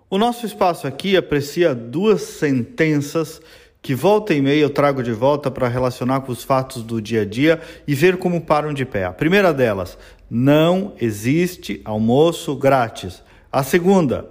O nosso espaço aqui aprecia duas sentenças que volta e meia eu trago de volta para relacionar com os fatos do dia a dia e ver como param de pé. A primeira delas, não existe almoço grátis. A segunda,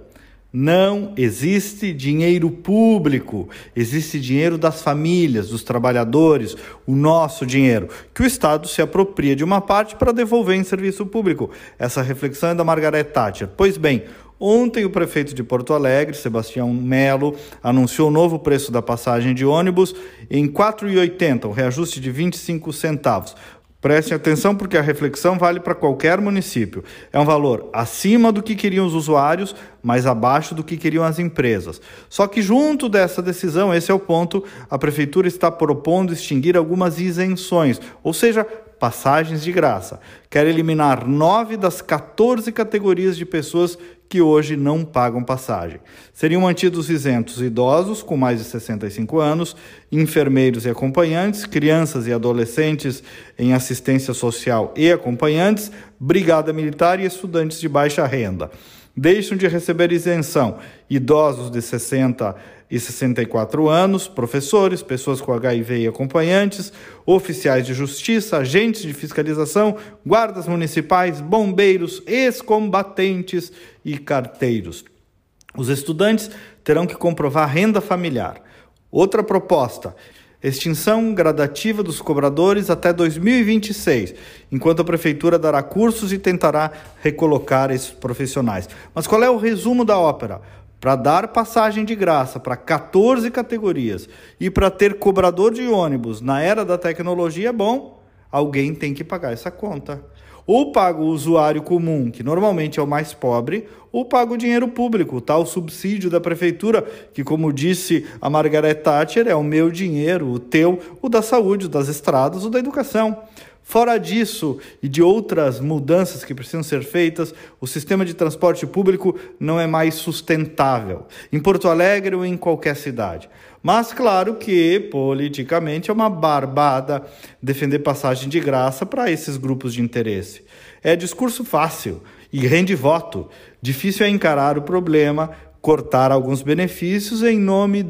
não existe dinheiro público, existe dinheiro das famílias, dos trabalhadores, o nosso dinheiro, que o Estado se apropria de uma parte para devolver em serviço público. Essa reflexão é da Margaret Thatcher. Pois bem, ontem o prefeito de Porto Alegre, Sebastião Melo, anunciou o novo preço da passagem de ônibus em R$ 4,80, um reajuste de 25 centavos. Prestem atenção porque a reflexão vale para qualquer município. É um valor acima do que queriam os usuários, mas abaixo do que queriam as empresas. Só que junto dessa decisão, esse é o ponto, a prefeitura está propondo extinguir algumas isenções, ou seja, passagens de graça. Quer eliminar 9 das 14 categorias de pessoas que hoje não pagam passagem. Seriam mantidos isentos idosos com mais de 65 anos, enfermeiros e acompanhantes, crianças e adolescentes em assistência social e acompanhantes, brigada militar e estudantes de baixa renda. Deixam de receber isenção idosos de 60 e 64 anos, professores, pessoas com HIV e acompanhantes, oficiais de justiça, agentes de fiscalização, guardas municipais, bombeiros, ex-combatentes e carteiros. Os estudantes terão que comprovar renda familiar. Outra proposta: extinção gradativa dos cobradores até 2026, enquanto a prefeitura dará cursos e tentará recolocar esses profissionais. Mas qual é o resumo da ópera? Para dar passagem de graça para 14 categorias e para ter cobrador de ônibus na era da tecnologia, alguém tem que pagar essa conta. Ou paga o usuário comum, que normalmente é o mais pobre, ou paga o dinheiro público, o tal subsídio da prefeitura, que, como disse a Margaret Thatcher, é o meu dinheiro, o teu, o da saúde, o das estradas, o da educação. Fora disso e de outras mudanças que precisam ser feitas, o sistema de transporte público não é mais sustentável, em Porto Alegre ou em qualquer cidade. Mas claro que, politicamente, é uma barbada defender passagem de graça para esses grupos de interesse. É discurso fácil e rende voto. Difícil é encarar o problema, cortar alguns benefícios em nome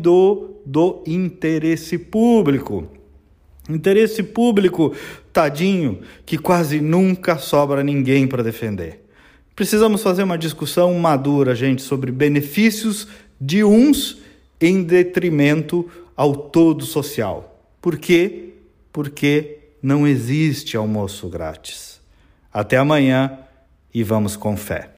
do interesse público. Interesse público, tadinho, que quase nunca sobra ninguém para defender. Precisamos fazer uma discussão madura, gente, sobre benefícios de uns em detrimento ao todo social. Por quê? Porque não existe almoço grátis. Até amanhã e vamos com fé.